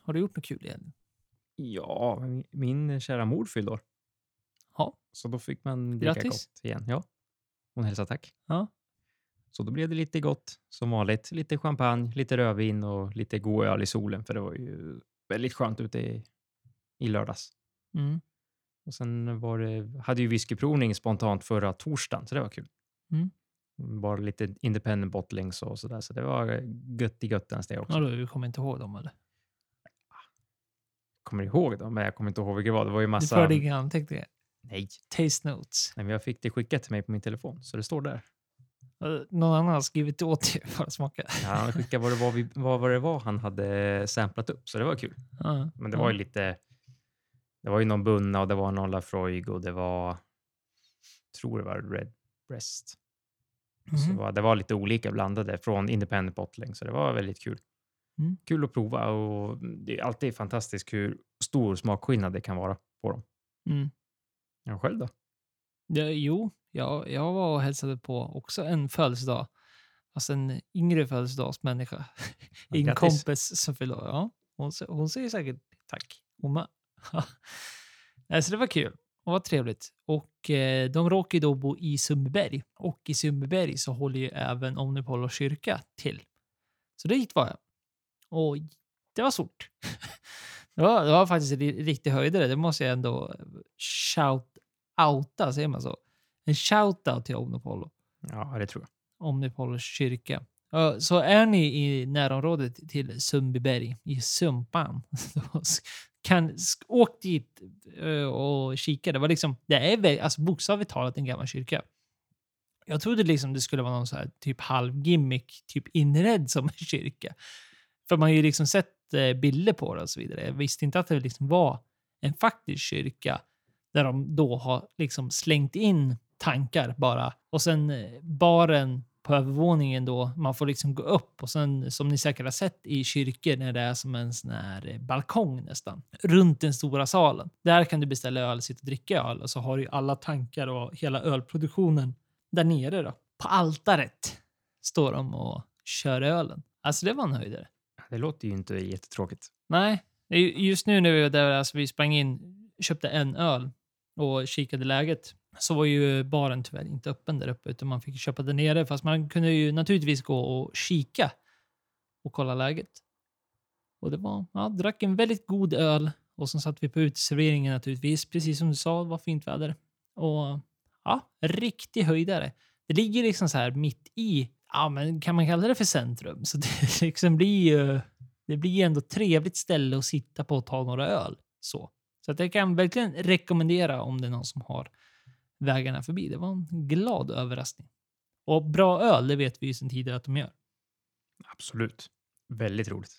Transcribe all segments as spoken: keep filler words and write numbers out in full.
Har du gjort något kul igen? Ja, min, min kära mor fyllde år. Ja. Så då fick man dricka Grattis. gott igen. Ja, hon hälsade tack. Ja. Så då blev det lite gott som vanligt. Lite champagne, lite rödvin och lite god öl i solen. För det var ju väldigt skönt ute i, i lördags. Mm. Och sen var det, hade ju whiskyprovning spontant förra torsdagen, så det var kul. Mm. Bara lite independent bottlings och sådär. Så det var gött i göttens det också. Ja, du kommer inte ihåg dem eller? Kommer ihåg dem, men jag kommer inte ihåg vilka det var. Det var ju Du massa... förde inga anteckningar? Nej. Taste notes. Nej, men jag fick det skickat till mig på min telefon, så det står där. Någon annan har skrivit åt dig för att smaka. Ja, han skickade vad det var, vi, vad var det var han hade samplat upp, så det var kul. Ja. Men det var ju lite... Det var ju någon bunna och det var någon Lafroig och det var... tror det var Red Breast. Mm. Så det var, det var lite olika blandade från independent bottling, så det var väldigt kul. Mm. Kul att prova och det är alltid fantastiskt hur stor smakskillnad det kan vara på dem. Mm. Ja, själv då? Ja, jo, jag, jag var och hälsade på också en födelsedag. Alltså en yngre födelsedagsmänniska. Ja, En grattis. kompis som fyllde år. Ja, hon, hon säger säkert tack. Hon med. Alltså det var kul. Det var trevligt. Och eh, de råkar ju då bo i Sundbyberg. Och i Sundbyberg så håller ju även Omnipollo kyrka till. Så dit var jag. Och det var stort. det, var, det var faktiskt en riktig höjdare. Det måste jag ändå shout-outa, säger man så? En shout-out till Omnipollo. Ja, det tror jag. Omnipollos kyrka. Uh, så är ni i närområdet till Sundbyberg, i Sumpan, kan åk dit uh, och kika. Det var liksom, det är väl, alltså bokstavligt talat en gammal kyrka. Jag trodde liksom det skulle vara någon så här typ halvgimmick, typ inredd som en kyrka. För man har ju liksom sett uh, bilder på det och så vidare. Jag visste inte att det liksom var en faktisk kyrka där de då har liksom slängt in tankar bara. Och sen baren på övervåningen då, man får liksom gå upp och sen som ni säkert har sett i kyrkor när det är som en sån här balkong nästan. Runt den stora salen. Där kan du beställa öl, sitta och dricka öl och så har du alla tankar och hela ölproduktionen där nere då. På altaret står de och kör ölen. Alltså det var en höjdare. Det låter ju inte jättetråkigt. Nej, just nu när vi var där, alltså vi sprang in, köpte en öl och kikade läget, så var ju baren tyvärr inte öppen där uppe utan man fick köpa där nere, fast man kunde ju naturligtvis gå och kika och kolla läget. Och det var, ja, drack en väldigt god öl och så satt vi på uteserveringen naturligtvis, precis som du sa, det var fint väder. Och ja, riktig höjdare. Det ligger liksom så här mitt i, ja men kan man kalla det för centrum? Så det liksom blir ju, det blir ändå ett trevligt ställe att sitta på och ta några öl. Så. Så att jag kan verkligen rekommendera om det är någon som har vägarna förbi. Det var en glad överraskning. Och bra öl, det vet vi ju sedan tidigare att de gör. Absolut. Väldigt roligt.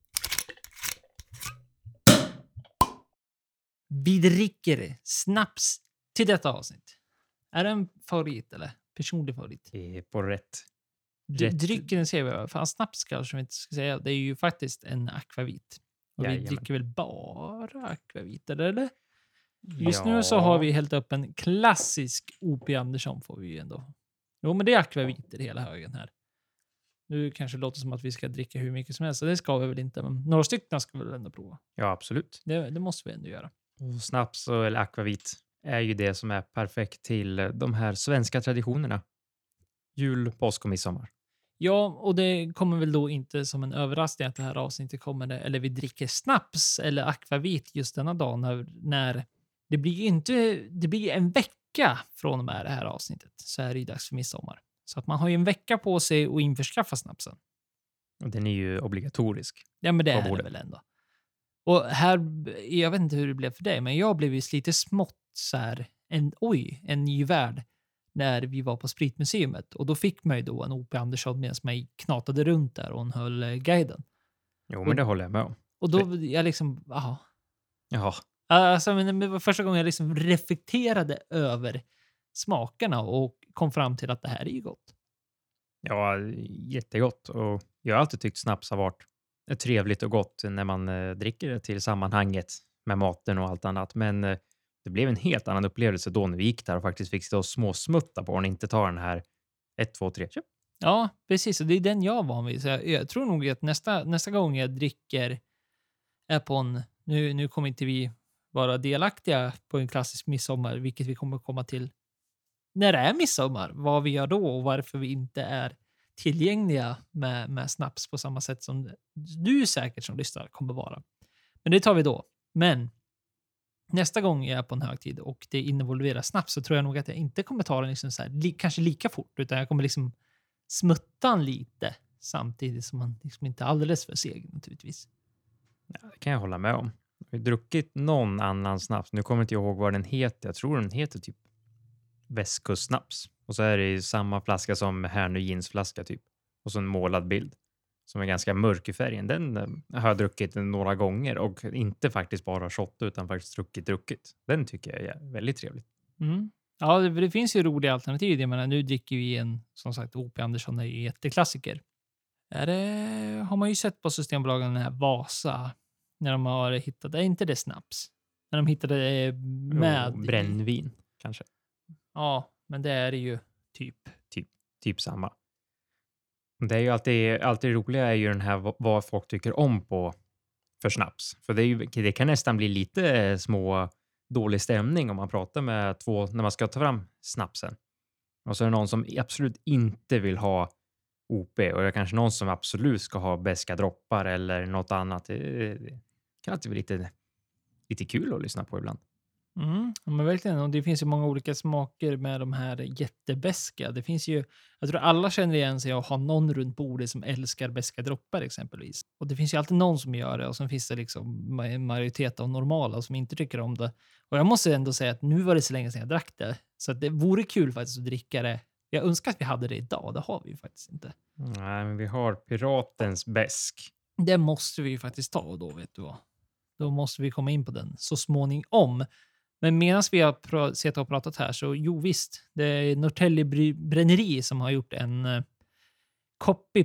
Vi dricker snaps till detta avsnitt. Är det en favorit eller personlig favorit? Det är på rätt. D- rätt. Drycken ser vi. Fan, snaps kanske vi inte ska säga. Det är ju faktiskt en akvavit. Och vi Jajamän. dricker väl bara akvaviter, eller? Just Ja. nu så har vi helt upp en klassisk O P Andersson får vi ju ändå. Jo, men det är akvaviter hela högen här. Nu kanske det låter som att vi ska dricka hur mycket som helst. Så det ska vi väl inte. Men några stycken ska vi väl ändå prova. Ja, absolut. Det, det måste vi ändå göra. Och snaps och, eller akvavit är ju det som är perfekt till de här svenska traditionerna. Jul, påsk och midsommar. Ja, och det kommer väl då inte som en överraskning att det här avsnittet kommer, det, eller vi dricker snaps eller akvavit just denna dag när, när det blir ju inte, det blir en vecka från och med det här avsnittet så är det ju dags för midsommar. Så att man har ju en vecka på sig att införskaffa snapsen. Och den är ju obligatorisk. Ja, men det På är det bordet. väl ändå. Och här, jag vet inte hur det blev för dig, men jag blev ju lite smått så här, en, oj, en ny värld när vi var på Spritmuseet. Och då fick man ju då en O P Andersson medan man knatade runt där och hon höll eh, guiden. Jo, men det håller jag med om. Och då, jag liksom, jaha. Jaha. Alltså, men det var första gången jag liksom reflekterade över smakerna och kom fram till att det här är ju gott. Ja, jättegott. Och jag har alltid tyckt snaps har varit trevligt och gott när man eh, dricker det till sammanhanget med maten och allt annat. Men eh, det blev en helt annan upplevelse då när vi gick där och faktiskt fick stå och småsmutta på och inte ta den här ett, två, tre, köp. Ja, precis. Och det är den jag var van vid. Så jag, jag tror nog att nästa, nästa gång jag dricker är på en... Nu, nu kommer inte vi vara delaktiga på en klassisk midsommar, vilket vi kommer komma till när det är midsommar. Vad vi gör då och varför vi inte är tillgängliga med, med snaps på samma sätt som du säkert som lyssnar kommer vara. Men det tar vi då. Men nästa gång jag är på en högtid och det involverar snaps så tror jag nog att jag inte kommer ta den liksom så här, li, kanske lika fort, utan jag kommer liksom smutta den lite samtidigt som man liksom inte är alldeles för seg naturligtvis. Ja, det kan jag hålla med om. Jag har druckit någon annan snaps. Nu kommer inte jag ihåg vad den heter. Jag tror den heter typ västkustsnaps. Och så är det i samma flaska som Härnö jeansflaska typ. Och så en målad bild som är ganska mörk i färgen. Den eh, har jag druckit några gånger och inte faktiskt bara shot utan faktiskt druckit druckit. Den tycker jag är väldigt trevlig. Mm. Ja, det, det finns ju roliga alternativ. Jag menar, nu dricker vi en, som sagt, O P Andersson är ju jätteklassiker. Är det, har man ju sett på Systembolagen den här Vasa när de har hittat, är inte det snaps? När de hittade det med... Jo, brännvin kanske. Ja, men det är det ju typ. Typ, typ samma. Det är ju alltid, alltid roliga är ju den här vad folk tycker om på för snaps. För det, är ju, det kan nästan bli lite små dålig stämning om man pratar med två när man ska ta fram snapsen. Och så är det någon som absolut inte vill ha O P och det är kanske någon som absolut ska ha beska droppar eller något annat. Det, det kan alltid vara lite, lite kul att lyssna på ibland. Mm, men verkligen. Och det finns ju många olika smaker med de här jättebeska. Det finns ju, jag tror alla känner igen sig och har någon runt bordet som älskar beska droppar exempelvis. Och det finns ju alltid någon som gör det och sen finns det liksom en majoritet av normala som inte tycker om det. Och jag måste ändå säga att nu var det så länge sedan jag drack det. Så att det vore kul faktiskt att dricka det. Jag önskar att vi hade det idag. Det har vi ju faktiskt inte. Nej, men vi har Piratens besk. Det måste vi ju faktiskt ta då, vet du vad. Då måste vi komma in på den så småningom. Men medan vi har pr- sett och pratat här så jo visst, det är Norrtälje Bry- Bränneri som har gjort en uh, copy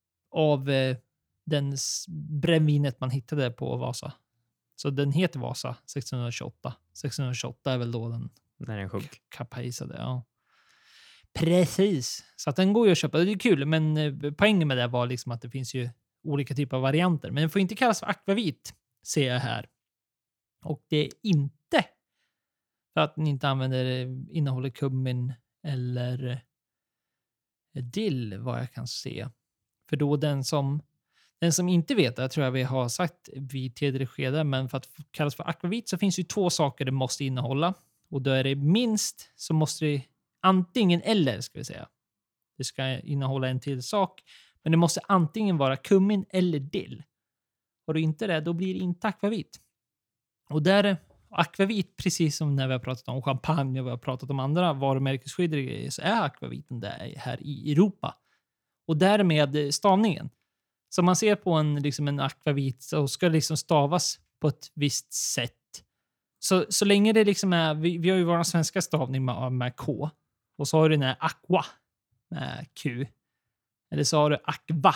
av uh, den s- brännvinet man hittade på Vasa. Så den heter Vasa sextonhundratjugoåtta. sextonhundratjugoåtta är väl då den När den sjönk. kapajsade, ja. Precis. Så att den går ju att köpa. Det är kul, men uh, poängen med det var liksom att det finns ju olika typer av varianter. Men den får inte kallas för akvavit, ser jag här. Och det är inte för att den inte använder innehåller kummin eller dill vad jag kan se. För då den som den som inte vet det, tror jag vi har sagt vid tidigare skede, men för att kallas för akvavit så finns ju två saker det måste innehålla. Och då är det minst så måste det antingen eller ska vi säga. Det ska innehålla en till sak, men det måste antingen vara kummin eller dill. Och då inte det, då blir det inte akvavit. Och där akvavit, precis som när vi har pratat om champagne och vi har pratat om andra varumärkesskyddade grejer, så är akvaviten där här i Europa. Och därmed stavningen. Så man ser på en, liksom en akvavit så ska det liksom stavas på ett visst sätt. Så, så länge det liksom är, vi, vi har ju vår svenska stavning med, med K. Och så har du den här aqua med Q. Eller så har du aqua.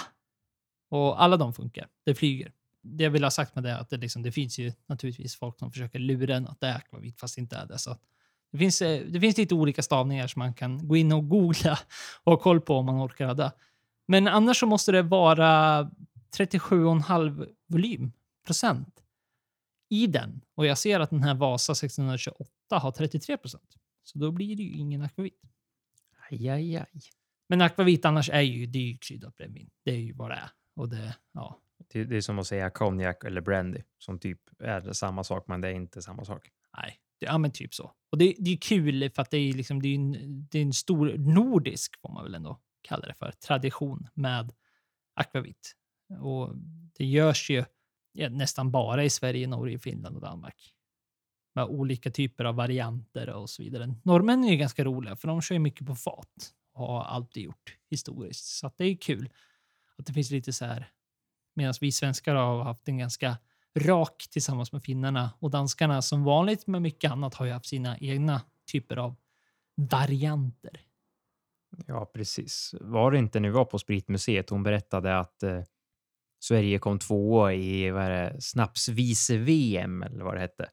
Och alla de funkar. Det flyger. Det jag vill ha sagt med det är att det, liksom, det finns ju naturligtvis folk som försöker lura en att det är akvavit fast det inte är det. Så det, finns, det finns lite olika stavningar som man kan gå in och googla och ha koll på om man orkar hade. Men annars så måste det vara trettiosju komma fem volym procent i den. Och jag ser att den här Vasa sextonhundratjugoåtta har trettiotre procent. Så då blir det ju ingen akvavit. Aj, aj, aj. Men akvavit annars är ju, det är ju kryddat brännvin. Det är ju vad det är. Och det, ja. Det, det är som att säga konjak eller brandy som typ är samma sak, men det är inte samma sak. Nej, det, ja men typ så. Och det, det är kul för att det är, liksom, det är, en, det är en stor nordisk, får man väl ändå kalla det för, tradition med akvavit. Och det görs ju ja, nästan bara i Sverige, Norge, Finland och Danmark. Med olika typer av varianter och så vidare. Norrmän är ju ganska roliga för de kör ju mycket på fat. Och har alltid gjort historiskt. Så att det är kul att det finns lite så här. Medan vi svenskar har haft en ganska rak tillsammans med finnarna. Och danskarna som vanligt med mycket annat har ju haft sina egna typer av varianter. Ja, precis. Var det inte när vi var på Spritmuseet hon berättade att eh, Sverige kom tvåa i vad är det, snapsvice-V M eller vad det hette.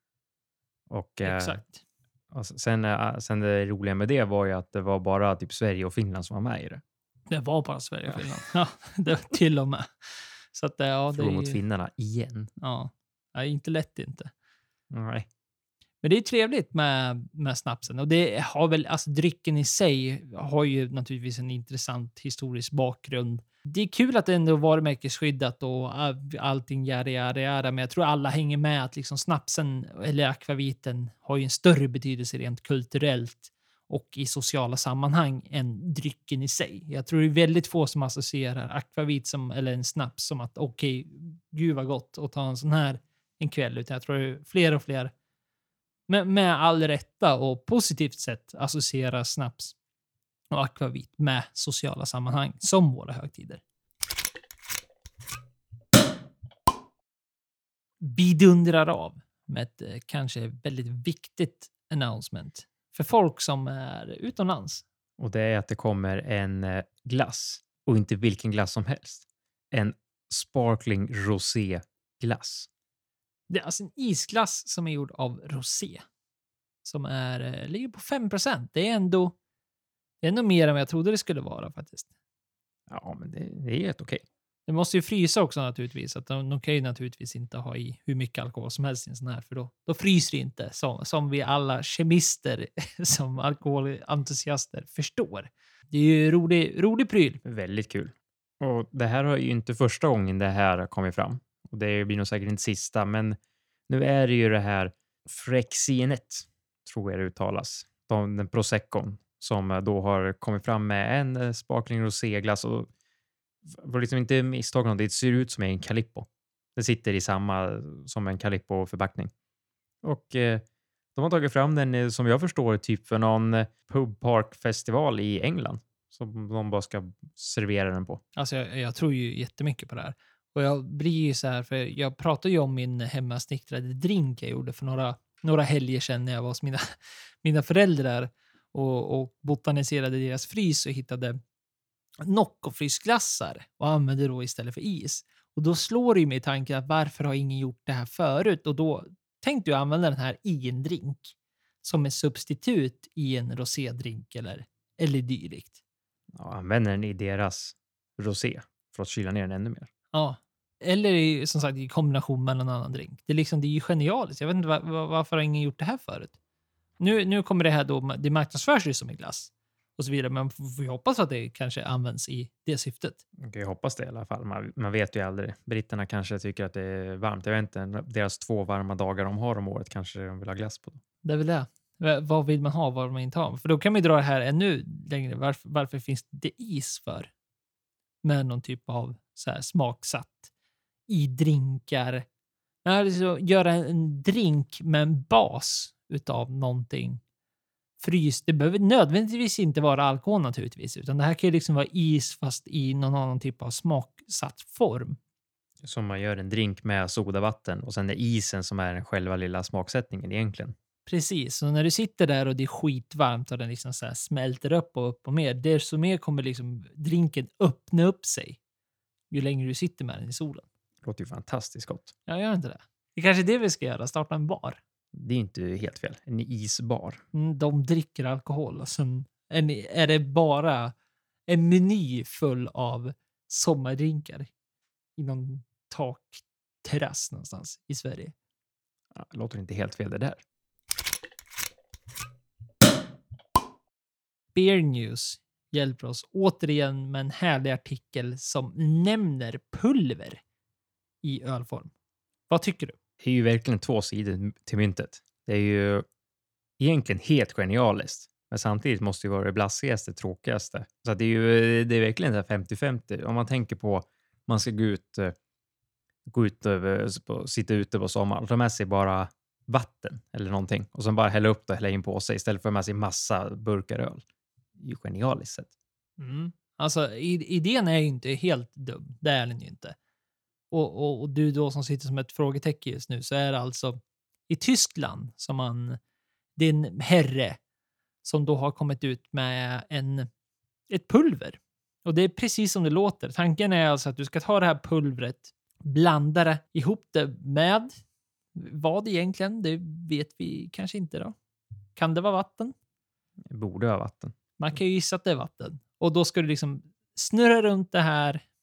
Och, eh, Exakt. och sen, eh, sen det roliga med det var ju att det var bara typ Sverige och Finland som var med i det. Det var bara Sverige och Finland. Ja, det var till och med. Så att, ja, det Förlor är mot ju, finnarna igen. ja, ja, inte lätt inte. Nej. Men det är trevligt med, med snapsen. Och det har väl, alltså drycken i sig har ju naturligtvis en intressant historisk bakgrund. Det är kul att det ändå är varumärkesskyddat och all- allting jära, jära, jära. Men jag tror alla hänger med att liksom snapsen eller akvaviten har ju en större betydelse rent kulturellt och i sociala sammanhang än drycken i sig. Jag tror det är väldigt få som associerar akvavit som, eller en snaps som att okej, okay, gud vad gott att ta en sån här en kväll. Utan jag tror det är fler och fler med, med all rätta och positivt sätt associera snaps och akvavit med sociala sammanhang som våra högtider. Vi dundrar av med ett eh, kanske väldigt viktigt announcement för folk som är utomlands. Och det är att det kommer en eh, glass. Och inte vilken glass som helst. En sparkling rosé glass. Det är alltså en isglass som är gjord av rosé. Som är, eh, ligger på fem procent. Det är ändå, det är ändå mer än vad jag trodde det skulle vara faktiskt. Ja, men det, det är helt okej. Det måste ju frysa också naturligtvis. Att de, de kan ju naturligtvis inte ha i hur mycket alkohol som helst i en sån här. För då, då fryser det inte. Som, som vi alla kemister som alkoholentusiaster förstår. Det är ju rolig, rolig pryl. Väldigt kul. Och det här är ju inte första gången det här har kommit fram. Och det blir nog säkert inte sista. Men nu är det ju det här Frexinet, tror jag det uttalas. De, den Proseccon som då har kommit fram med en eh, sparkling roséglass. Och var liksom inte misstag, det ser ut som en Calippo. Det sitter i samma som en Calippo-förpackning. Och eh, de har tagit fram den eh, som jag förstår typ för någon eh, pubparkfestival i England. Som de bara ska servera den på. Alltså jag, jag tror ju jättemycket på det här. Och jag blir ju så här, för jag pratade ju om min hemmasnickrade drink jag gjorde för några, några helger sedan när jag var hos mina, mina föräldrar och, och botaniserade deras frys och hittade Nocco-frysglassar och använde då istället för is. Och då slår det ju mig i tanken att varför har ingen gjort det här förut? Och då tänkte jag använda den här i en drink som en substitut i en rosédrink eller, eller dylikt. Ja, använder den i deras rosé för att kyla ner den ännu mer. Ja, eller i, som sagt i kombination med en annan drink. Det är, liksom, det är ju genialiskt. Jag vet inte var, var, varför har ingen gjort det här förut. Nu, nu kommer det här då, det marknadsförs ju som en glass och så vidare, men vi hoppas att det kanske används i det syftet. Okay, jag hoppas det i alla fall. Man, man vet ju aldrig. Britterna kanske tycker att det är varmt. Jag vet inte, deras två varma dagar de har om året kanske de vill ha glass på. Det är väl det. Vad vill man ha, vad vill man inte ha? För då kan vi dra det här ännu längre. Varför, varför finns det is för? Med någon typ av så här smaksatt i drinkar. Alltså, göra en drink med en bas utav någonting fryst. Det behöver nödvändigtvis inte vara alkohol naturligtvis, utan det här kan ju liksom vara is fast i någon annan typ av smaksatt form. Som man gör en drink med sodavatten och sen är isen som är den själva lilla smaksättningen egentligen. Precis, så när du sitter där och det är skitvarmt och den liksom så här smälter upp och upp och mer, desto mer kommer liksom drinken öppna upp sig ju längre du sitter med den i solen. Det låter ju fantastiskt gott. Jag gör inte det. Det är kanske är det vi ska göra, starta en bar. Det är inte helt fel. En isbar. Mm, de dricker alkohol och sen är det bara en meny full av sommardrinkar i någon takterrass någonstans i Sverige. Ja, det låter inte helt fel det där. Beer News hjälper oss återigen med en härlig artikel som nämner pulver i ölform. Vad tycker du? Det är ju verkligen två sidor till myntet. Det är ju egentligen helt genialiskt. Men samtidigt måste det vara det blassigaste, tråkigaste. Så det är ju det är verkligen femtio femtio. Om man tänker på man ska gå ut, gå ut över, sitta ute på sommaren. Ta med sig bara vatten eller någonting. Och sen bara hälla upp det och hälla in på sig istället för med sig massa burkar öl. Det är ju genialiskt sett. Mm. Alltså idén är ju inte helt dum. Det är den ju inte. Och, och, och du då som sitter som ett frågetecken just nu, så är det alltså i Tyskland som man, det är en herre som då har kommit ut med en, ett pulver. Och det är precis som det låter. Tanken är alltså att du ska ta det här pulvret, blanda det ihop det med vad egentligen? Det vet vi kanske inte då. Kan det vara vatten? Det borde vara vatten. Man kan ju gissa att det är vatten. Och då ska du liksom snurra runt det här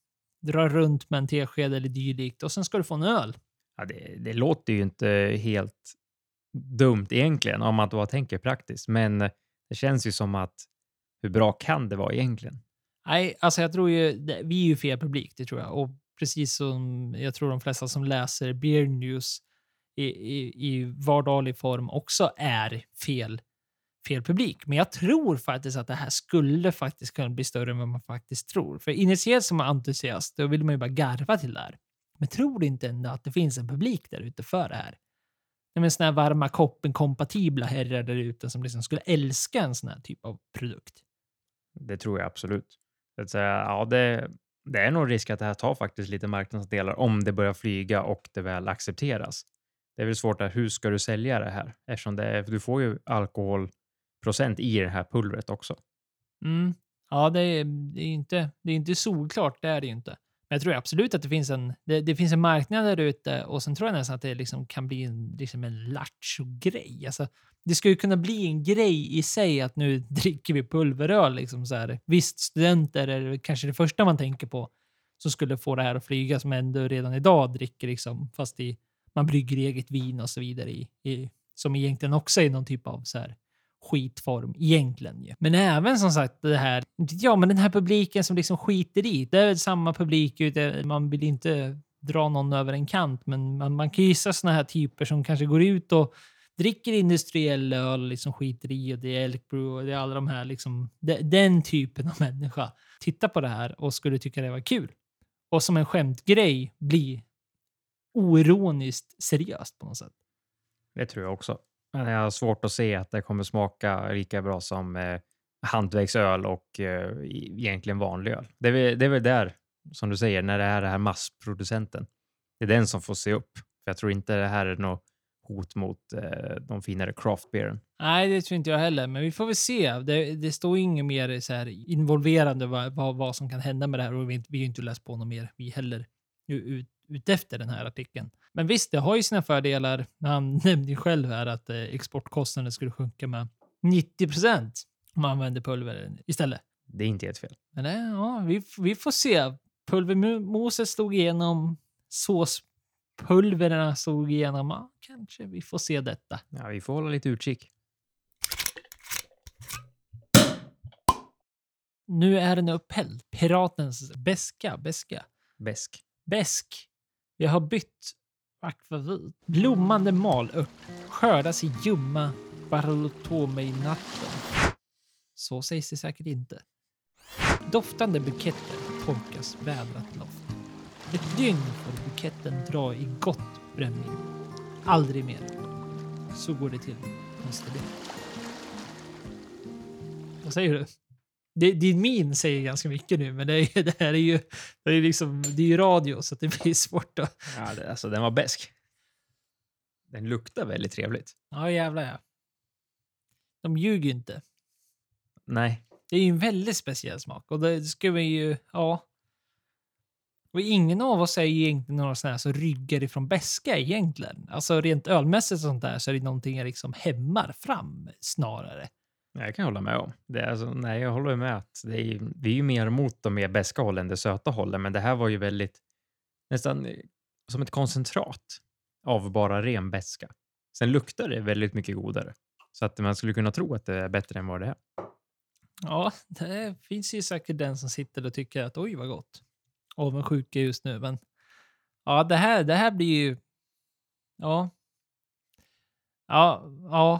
dra runt med en tesked eller dylikt och sen ska du få en öl. Ja, det, det låter ju inte helt dumt egentligen om man då tänker praktiskt, men det känns ju som att hur bra kan det vara egentligen? Nej, alltså jag tror ju, det- vi är ju fel publik, det tror jag. Och precis som jag tror de flesta som läser Beer News i, i, i vardaglig form också är fel, fel publik. Men jag tror faktiskt att det här skulle faktiskt kunna bli större än vad man faktiskt tror. För initierat som entusiast, då vill man ju bara garva till det här. Men tror du inte ändå att det finns en publik där ute för det här? Nej, men såna här varma koppen-kompatibla herrar där ute som liksom skulle älska en sån här typ av produkt. Det tror jag absolut. Så att säga, ja, det, det är nog risk att det här tar faktiskt lite marknadsdelar om det börjar flyga och det väl accepteras. Det är väl svårt att hur ska du sälja det här? Eftersom det är, du får ju alkoholprocent i det här pulvret också. Mm. Ja, det är, det är inte, det är inte solklart, det är det ju inte. Men jag tror absolut att det finns en, det, det finns en marknad där ute och sen tror jag nästan att det liksom kan bli en, liksom en lattjo-grej. Alltså, det skulle ju kunna bli en grej i sig att nu dricker vi pulveröl. Liksom så här. Visst, studenter är kanske det första man tänker på som skulle få det här att flyga som ändå redan idag dricker, liksom, fast i, man brygger eget vin och så vidare i, i, som egentligen också är någon typ av så här skitform egentligen ju. Men även som sagt det här, ja men den här publiken som liksom skiter i, det är väl samma publik, ute, man vill inte dra någon över en kant, men man, man kan gissa såna här typer som kanske går ut och dricker industriell öl, liksom skiter i, och det är Elk Brew och det är alla de här liksom, de, den typen av människa tittar på det här och skulle tycka det var kul. Och som en skämtgrej blir oironiskt seriöst på något sätt. Det tror jag också. Men jag har svårt att se att det kommer smaka lika bra som eh, hantverksöl och eh, egentligen vanlig öl. Det är, väl, det är väl där, som du säger, när det är det här massproducenten. Det är den som får se upp. För jag tror inte det här är något hot mot eh, de finare craftbeeren. Nej, det tror inte jag heller, men vi får väl se. Det, det står inget mer så här involverande vad, vad, vad som kan hända med det här och vi, vi har ju inte läst på något mer, vi heller, ut, ut efter den här artikeln. Men visst, det har ju sina fördelar. Han nämnde ju själv här att eh, exportkostnaden skulle sjunka med nittio procent om man använder pulver istället. Det är inte helt fel. Men det, ja, vi, vi får se. Pulvermoset slog igenom, såspulverna slog igenom. Ja, kanske vi får se detta. Ja, vi får hålla lite utkik. Nu är den upphälld. Piratens beska, beska. Bäsk. Bäsk. Jag har bytt akvavit. Blommande malört skördas i ljumma Bartolomé i natten. Så sägs det säkert inte. Doftande buketter tolkas vädrat loft. Ett dygn får buketten dra i gott brännvin. Aldrig mer. Så går det till nästa dag. Vad säger du? Det, din min säger ganska mycket nu, men det, är, det här är ju, det är liksom, det är ju radio så det blir svårt att... Ja, det, alltså den var bäsk. Den luktar väldigt trevligt. Ja, jävlar ja. De ljuger ju inte. Nej. Det är ju en väldigt speciell smak och det ska vi ju, ja. Och ingen av oss är ju egentligen några sådana här som ryggar ifrån beska egentligen. Alltså rent ölmässigt och sånt där så är det någonting jag liksom hämmar fram snarare. Jag kan hålla med om. Det är alltså, nej, jag håller med att det är, vi är ju mer mot de mer beska hållen, det söta hållen, men det här var ju väldigt nästan som ett koncentrat av bara ren beska. Sen luktar det väldigt mycket godare. Så att man skulle kunna tro att det är bättre än vad det är. Ja, det finns ju säkert den som sitter och tycker att oj vad gott. Avundsjuka just nu, men ja, det här, det här blir ju, ja. Ja, ja.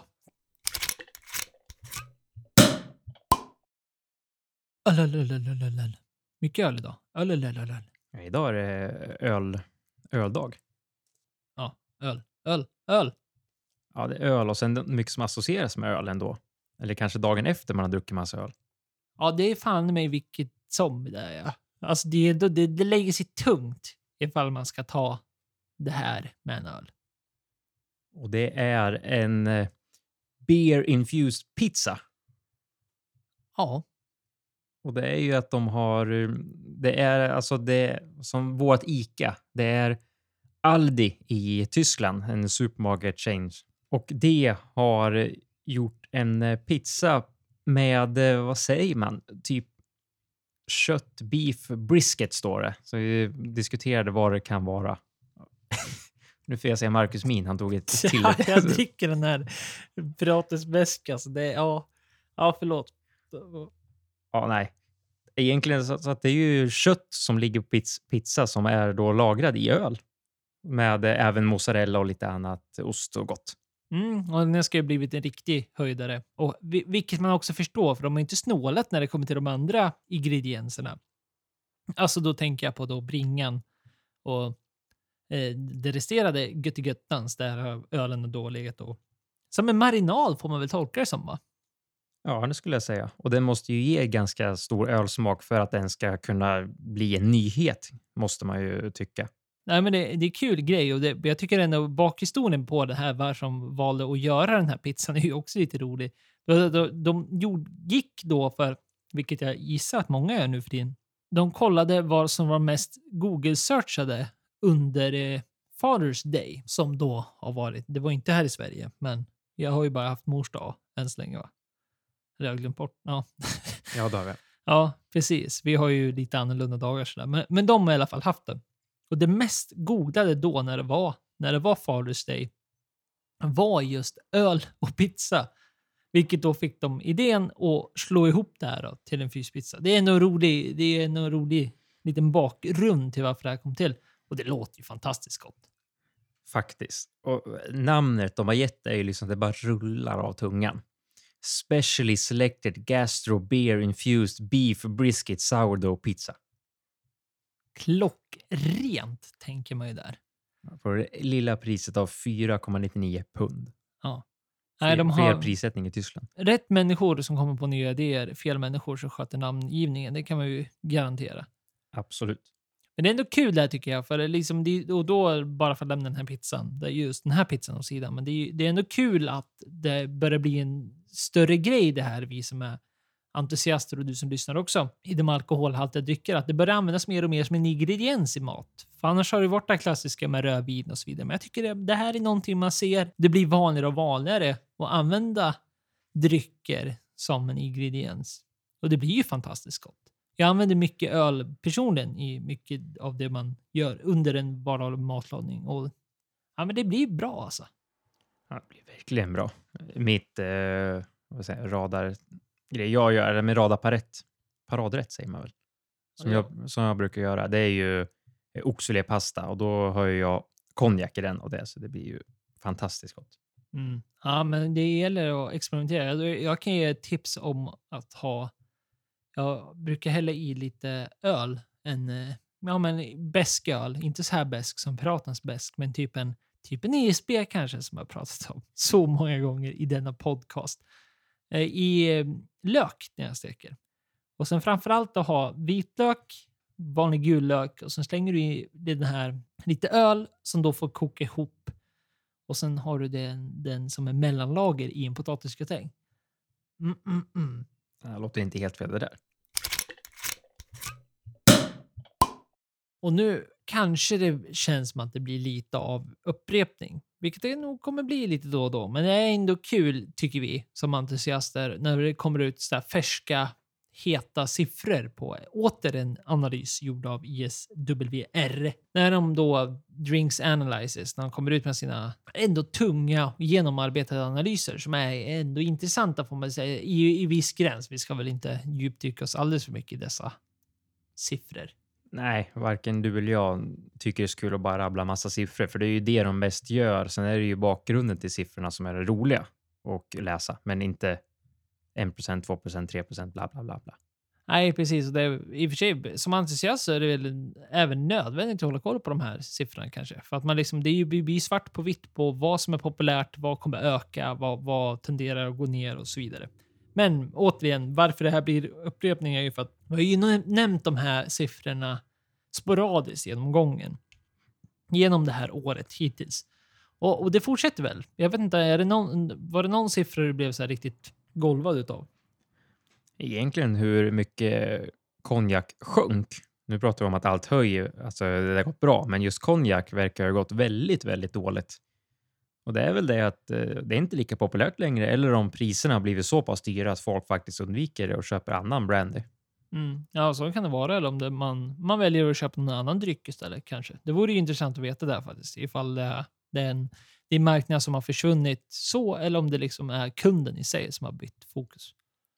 Öl, mycket öl idag. Öl, öl, öl, öl. Ja, idag är det öl, öldag. Ja, öl, öl, öl. Ja, det är öl och sen mycket som associeras med öl ändå. Eller kanske dagen efter man har druckit massa öl. Ja, det är fan mig vilket som det är. Ja. Alltså det, det, det lägger sig tungt ifall man ska ta det här med en öl. Och det är en eh, beer infused pizza. Ja. Och det är ju att de har, det är alltså det som vårt ICA, det är Aldi i Tyskland, en supermarket chain. Och det har gjort en pizza med, vad säger man, typ Kött, beef, brisket står det. Så vi diskuterade vad det kan vara. Nu får jag säga Marcus Min, han tog ett till. Ja, jag dricker den här Piratens bäsk. Alltså det, ja, ja, förlåt. Ja, nej. Egentligen så, så att det är ju kött som ligger på pizza, pizza som är då lagrad i öl. Med eh, även mozzarella och lite annat ost och gott. Mm, och den ska ju blivit en riktig höjdare. Och vi, vilket man också förstår, för de har inte snålat när det kommer till de andra ingredienserna. Alltså då tänker jag på då bringan och eh, det resterade göttigöttans där har ölen då legat då. Som en marinad får man väl tolka det som, va? Ja, det skulle jag säga. Och den måste ju ge ganska stor ölsmak för att den ska kunna bli en nyhet, måste man ju tycka. Nej, men det, det är kul grej och det, jag tycker ändå bakhistorien på det här varför de valde att göra den här pizzan är ju också lite rolig. De, de, de gjorde, gick då för, vilket jag gissar att många gör nu för tiden, de kollade vad som var mest Google-searchade under eh, Father's Day som då har varit. Det var inte här i Sverige, men jag har ju bara haft mors dag än så länge, va? Det har jag glömt bort. Ja. Ja, det har vi. Ja, precis. Vi har ju lite annorlunda dagar sådär. Men, men de har i alla fall haft det. Och det mest googlade då när det var, när det var Father's Day var just öl och pizza. Vilket då fick de idén att slå ihop det här då, till en fyspizza. Det är en rolig, det är en rolig liten bakgrund till varför det här kom till. Och det låter ju fantastiskt gott. Faktiskt. Och namnet de har gett är ju liksom det bara rullar av tungan. Specially selected gastro beer infused beef brisket sourdough pizza. Klockrent tänker man ju där. För det lilla priset av fyra komma nittionio pund. Ja. Fel, Nej, de har fel prissättning i Tyskland. rätt människor som kommer på nya idéer, fel människor som sköter namngivningen. Det kan man ju garantera. Absolut. Men det är ändå kul där tycker jag. För det är liksom, det, och då bara för att lämna den här pizzan. Det är just den här pizzan åt sidan. Men det är, det är ändå kul att det börjar bli en större grej det här. Vi som är entusiaster och du som lyssnar också. I de alkoholhaltiga drycker. Att det börjar användas mer och mer som en ingrediens i mat. För annars har det varit det klassiska med rödvin och så vidare. Men jag tycker det, det här är någonting man ser. Det blir vanligare och vanligare att använda drycker som en ingrediens. Och det blir ju fantastiskt gott. Jag använder mycket öl personligen i mycket av det man gör under en vardaglig matlagning. Och ja, men det blir bra alltså. Ja, det blir verkligen bra. Mitt eh, vad säger, radar grej jag gör med radarparett. Paradrätt säger man väl. Som, Ja. jag, som jag brukar göra. Det är ju oxfilépasta och då har jag konjak i den och det. Så det blir ju fantastiskt gott. Mm. Ja, men det gäller att experimentera. Jag, jag kan ge ett tips om att ha. Jag brukar hälla i lite öl. En eh, ja, men bäsk öl. Inte så här bäsk som Piratens bäsk. Men typ en, typ en I S B kanske som jag har pratat om så många gånger i denna podcast. Eh, I eh, lök när jag steker. Och sen framförallt att ha vitlök, vanlig gul lök och sen slänger du i den här lite öl som då får koka ihop. Och sen har du den, den som är mellanlager i en potatisgratäng. Mm, mm, mm. Det låter inte helt fel det där. Och nu kanske det känns som att det blir lite av upprepning. Vilket det nog kommer bli lite då och då. Men det är ändå kul tycker vi som entusiaster när det kommer ut så här färska heta siffror på åter en analys gjord av I S W R. När de då Drinks Analysis, när de kommer ut med sina ändå tunga och genomarbetade analyser som är ändå intressanta får man säga i, i viss gräns. Vi ska väl inte djupdyka oss alldeles för mycket i dessa siffror. Nej, varken du eller jag tycker det är kul att bara rabbla massa siffror. För det är ju det de bäst gör. Sen är det ju bakgrunden till siffrorna som är roliga att läsa. Men inte en procent, två procent, tre procent, bla bla bla bla. Nej, precis. Det är, i och för sig, som entusiast så är det väl även nödvändigt att hålla koll på de här siffrorna kanske. För att man liksom, det är ju, blir svart på vitt på vad som är populärt, vad kommer öka, vad, vad tenderar att gå ner och så vidare. Men återigen, varför det här blir upprepning är ju för att vi har ju nämnt de här siffrorna sporadiskt genom gången. Genom det här året hittills. Och, och det fortsätter väl. Jag vet inte, är det någon, var det någon siffra du blev så här riktigt golvad utav? Egentligen hur mycket konjak sjönk. Nu pratar vi om att allt höjer, alltså det har gått bra, men just konjak verkar ha gått väldigt, väldigt dåligt. Och det är väl det att eh, det är inte lika populärt längre, eller om priserna har blivit så pass dyra att folk faktiskt undviker det och köper annan brandy. Mm. Ja, så kan det vara. Eller om det man, man väljer att köpa någon annan dryck istället kanske. Det vore ju intressant att veta där faktiskt. Ifall det är, det är en, det är en marknad som har försvunnit så eller om det liksom är kunden i sig som har bytt fokus.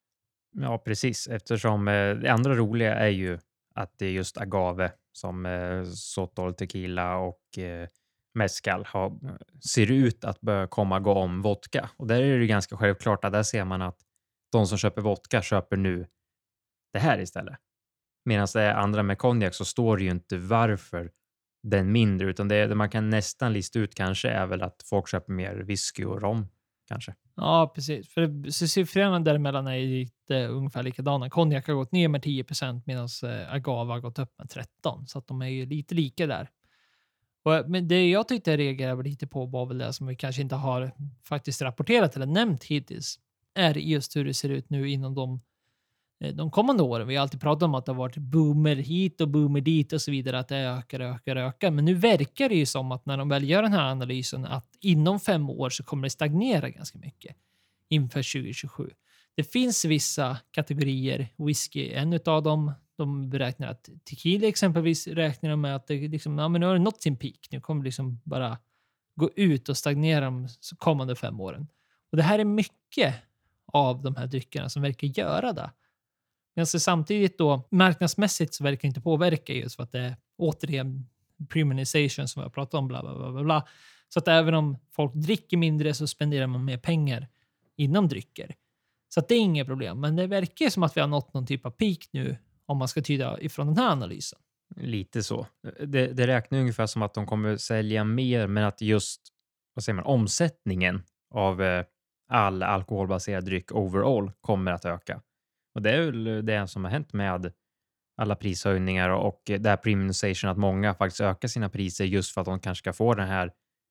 Ja, precis. Eftersom eh, det andra roliga är ju att det är just agave som eh, Sotol Tequila och eh, Mezcal har, ser ut att börja komma gå om vodka. Och där är det ganska självklart att där ser man att de som köper vodka köper nu det här istället. Medan det är andra med konjak så står det ju inte varför den mindre, utan det, det man kan nästan lista ut kanske är väl att folk köper mer whisky och rom kanske. Ja, precis. För så siffrorna däremellan är ju lite ungefär likadana. Konjak har gått ner med tio procent medan eh, agave har gått upp med tretton. Så att de är ju lite lika där. Och, eh, men det jag tyckte jag reagerade lite på var väl det som vi kanske inte har faktiskt rapporterat eller nämnt hittills. Är just hur det ser ut nu inom de, eh, de kommande åren. Vi har alltid pratat om att det har varit boomer hit och boomer dit och så vidare. Att det ökar, ökar, ökar. Men nu verkar det ju som att när de väl gör den här analysen att inom fem år så kommer det stagnera ganska mycket inför tjugo tjugosju. Det finns vissa kategorier whisky. En av dem, de beräknar att tequila exempelvis räknar de med att det liksom, ja, men nu har det nått sin peak. Nu kommer det liksom bara gå ut och stagnera de kommande fem åren. Och det här är mycket av de här dryckerna som verkar göra det. Men så samtidigt då marknadsmässigt så verkar det inte påverka just för att det är återigen premiumization som jag pratat om, bla bla bla bla bla. Så att även om folk dricker mindre så spenderar man mer pengar inom drycker. Så att det är inget problem. Men det verkar som att vi har nått någon typ av peak nu om man ska tyda ifrån den här analysen. Lite så. Det, det räknar ungefär som att de kommer sälja mer, men att just vad säger man, omsättningen av eh, all alkoholbaserad dryck overall kommer att öka. Och det är väl det som har hänt med alla prishöjningar och det här premiumization, att många faktiskt ökar sina priser just för att de kanske ska få den här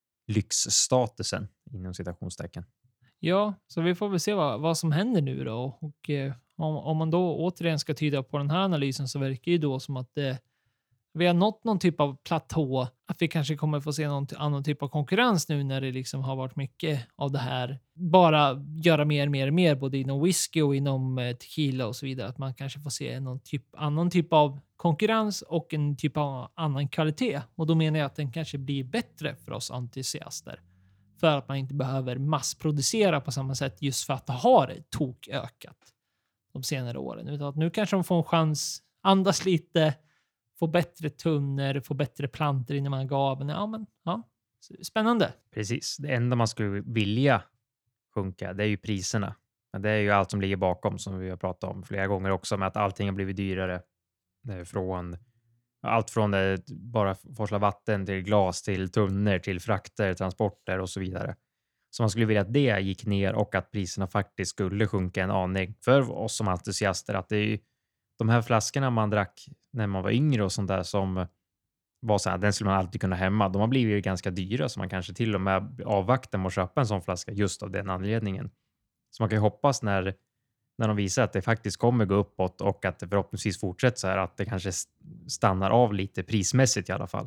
lyxstatusen inom citationstecken. Ja, så vi får väl se vad, vad som händer nu då. Och eh, om, om man då återigen ska tyda på den här analysen så verkar ju då som att eh, vi har nått någon typ av platå. Att vi kanske kommer få se någon annan typ av konkurrens nu när det liksom har varit mycket av det här. Bara göra mer, mer, mer både inom whisky och inom eh, tequila och så vidare. Att man kanske får se någon typ, annan typ av konkurrens och en typ av annan kvalitet. Och då menar jag att den kanske blir bättre för oss entusiaster. För att man inte behöver massproducera på samma sätt just för att det har tokökat de senare åren. Utan att nu kanske de får en chans andas lite, få bättre tunnor, få bättre plantor inom agaven. Ja, men ja, spännande. Precis. Det enda man skulle vilja sjunka, det är ju priserna. Men det är ju allt som ligger bakom, som vi har pratat om flera gånger också, med att allting har blivit dyrare. Från allt från det, bara forsla vatten till glas, till tunnor, till frakter, transporter och så vidare. Så man skulle vilja att det gick ner och att priserna faktiskt skulle sjunka en aning för oss som entusiaster. Att det är ju de här flaskorna man drack när man var yngre och sånt där som var så här, den skulle man alltid kunna hemma. De har blivit ganska dyra så man kanske till och med avvaktar med att köpa en sån flaska just av den anledningen. Så man kan ju hoppas när när de visar att det faktiskt kommer gå uppåt och att det förhoppningsvis fortsätter så här, att det kanske stannar av lite prismässigt i alla fall.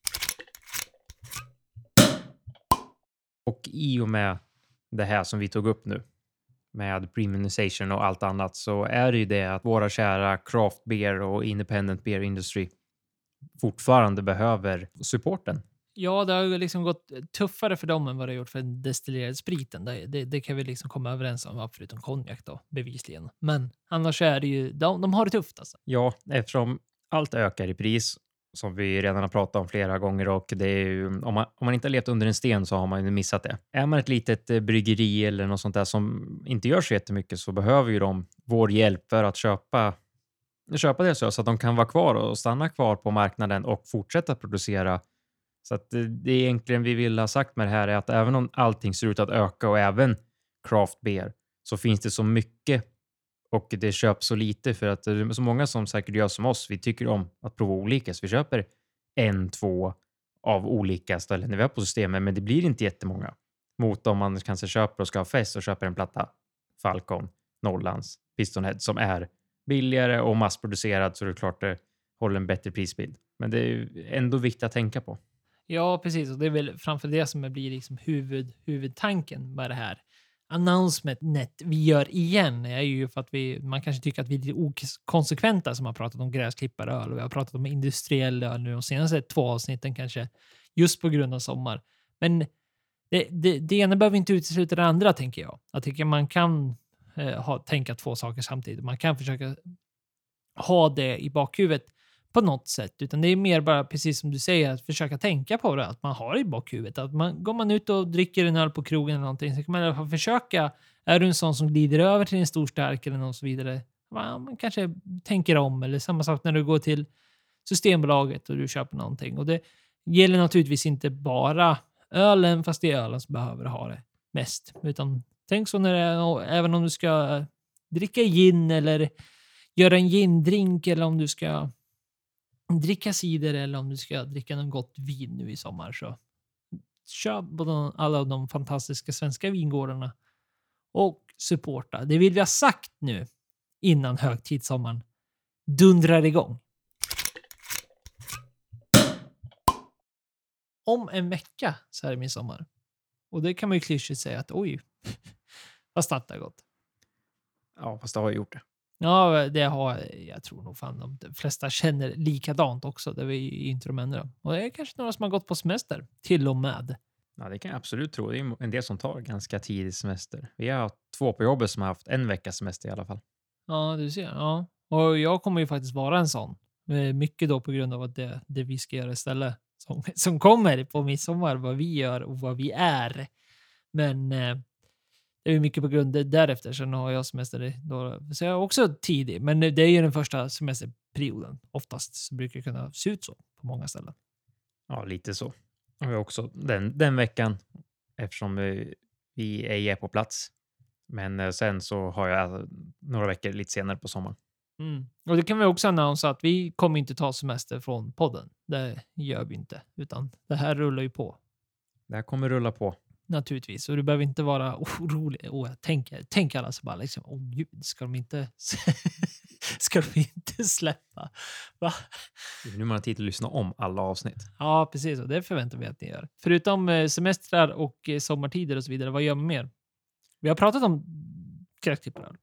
Och i och med det här som vi tog upp nu med premiumization och allt annat så är det ju det att våra kära craft beer och independent beer industry fortfarande behöver supporten. Ja, det har ju liksom gått tuffare för dem än vad det har gjort för den destillerade spriten. Det, det, det kan vi liksom komma överens om, förutom konjak då, bevisligen. Men annars är det ju, de, de har det tufft alltså. Ja, eftersom allt ökar i pris, som vi redan har pratat om flera gånger, och det är ju, om, man, om man inte har levt under en sten så har man ju missat det. Är man ett litet eh, bryggeri eller något sånt där som inte gör så jättemycket så behöver ju de vår hjälp för att köpa köpa det så att de kan vara kvar och stanna kvar på marknaden och fortsätta producera. Så att det är egentligen vi vill ha sagt med det här är att även om allting ser ut att öka och även craft beer så finns det så mycket och det köps så lite för att det är så många som säkert gör som oss. Vi tycker om att prova olika så vi köper en, två av olika ställen när vi är på systemet, men det blir inte jättemånga. Mot om man kanske köper och ska ha fest och köper en platta Falcon, Norrlands, Pistonhead som är billigare och massproducerad så det är klart det håller en bättre prisbild. Men det är ändå viktigt att tänka på. Ja, precis. Och det är väl framför det som blir liksom huvud, huvudtanken med det här. announcement vi gör igen är ju för att vi, man kanske tycker att vi är lite okonsekventa som har pratat om gräsklipparöl och vi har pratat om industriell öl nu de senaste två avsnitten kanske just på grund av sommar. Men det, det, det ena behöver inte utesluta det andra tänker jag. Jag tycker man kan eh, ha, tänka två saker samtidigt. Man kan försöka ha det i bakhuvudet på något sätt, utan det är mer bara precis som du säger att försöka tänka på det, att man har i bakhuvudet att man går man ut och dricker en öl på krogen eller någonting så kan man i alla fall försöka, är du en sån som glider över till en stor stark eller något så vidare, man kanske tänker om, eller samma sak när du går till Systembolaget och du köper någonting, och det gäller naturligtvis inte bara ölen, fast det är ölen som behöver ha det mest, utan tänk så när det är, även om du ska dricka gin eller göra en gindrink eller om du ska dricka cider eller om du ska dricka något gott vin nu i sommar, så köp på de, alla de fantastiska svenska vingårdarna och supporta. Det vill vi ha sagt nu innan högtidssommaren dundrar igång. Om en vecka så är det midsommar. Och det kan man ju klyschigt säga att oj, vad snabbt det har gått. Ja, fast det har jag gjort det. Ja, det har jag tror nog fan de flesta känner likadant också. Det är vi inte de enda. Och det är kanske några som har gått på semester till och med. Ja, det kan jag absolut tro. Det är en del som tar ganska tidig semester. Vi har haft två på jobbet som har haft en veckas semester i alla fall. Ja, du ser. Ja. Och jag kommer ju faktiskt vara en sån. Mycket då på grund av att det, det vi ska göra istället som, som kommer på midsommar, vad vi gör och vad vi är. Men eh, det är mycket på grund av därefter. Sen har jag semester då, så jag är också tidig. Men det är ju den första semesterperioden. Oftast så brukar det kunna se ut så på många ställen. Ja, lite så. Och jag också den, den veckan eftersom vi, vi ej är på plats. Men eh, sen så har jag några veckor lite senare på sommaren. Mm. Och det kan vi också annonsera att vi kommer inte ta semester från podden. Det gör vi inte. Utan det här rullar ju på. Det här kommer rulla på. Naturligtvis. Och du behöver inte vara orolig. Oh, jag tänker, tänker alla så bara liksom, åh oh, gud, ska de inte ska de inte släppa? Va? Nu man har tid att lyssna om alla avsnitt. Ja, precis. Och det förväntar vi att ni gör. Förutom semestrar och sommartider och så vidare, vad gör man mer? Vi har pratat om gräsklipparöl.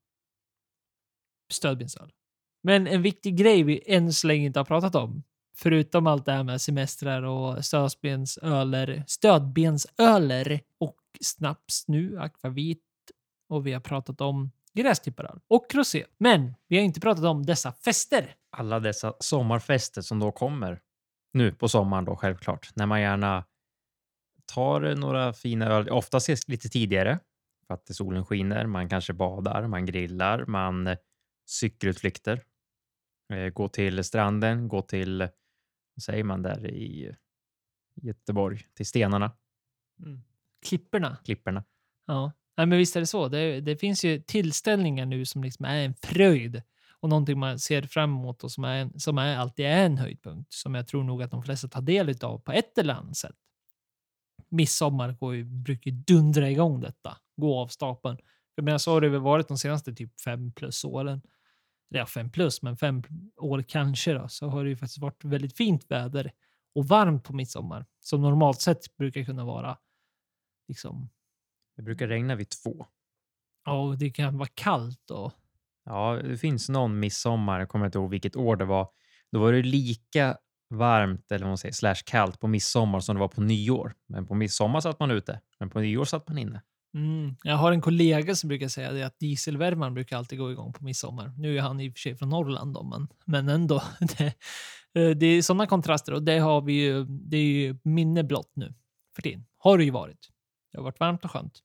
Stödbensöl. Men en viktig grej vi än så länge inte har pratat om, förutom allt det här med semestrar och stödbensöler, stödbensöler och snaps nu, akvavit, och vi har pratat om gräsklipparöl och rosé. Men vi har inte pratat om dessa fester. Alla dessa sommarfester som då kommer nu på sommaren då självklart. När man gärna tar några fina öl, oftast lite tidigare för att solen skiner. Man kanske badar, man grillar, man cykelutflykter. Gå till stranden, gå till, vad säger man där i Göteborg, till stenarna. Mm. Klipporna. Klipporna. Ja, nej, men visst är det så. Det, det finns ju tillställningar nu som liksom är en fröjd och någonting man ser fram emot och som, är en, som är alltid är en höjdpunkt som jag tror nog att de flesta tar del av på ett eller annat sätt. Midsommar går ju, brukar dundra igång detta, gå av stapeln. För men så har det väl varit de senaste typ fem plus åren. Ja, fem plus, men fem år kanske då, så har det ju faktiskt varit väldigt fint väder och varmt på midsommar. Som normalt sett brukar kunna vara liksom... Det brukar regna vid två. Ja, och det kan vara kallt och... Ja, det finns någon midsommar, jag kommer inte ihåg vilket år det var. Då var det lika varmt, eller vad man säger, slash kallt på midsommar som det var på nyår. Men på midsommar satt man ute, men på nyår satt man inne. Mm. Jag har en kollega som brukar säga det att dieselvärmaren brukar alltid gå igång på midsommar. Nu är han i och för sig från Norrland då, men, men ändå. Det, det är sådana kontraster och det har vi ju, det är ju minne blott nu för tiden. Har det ju varit. Det har varit varmt och skönt.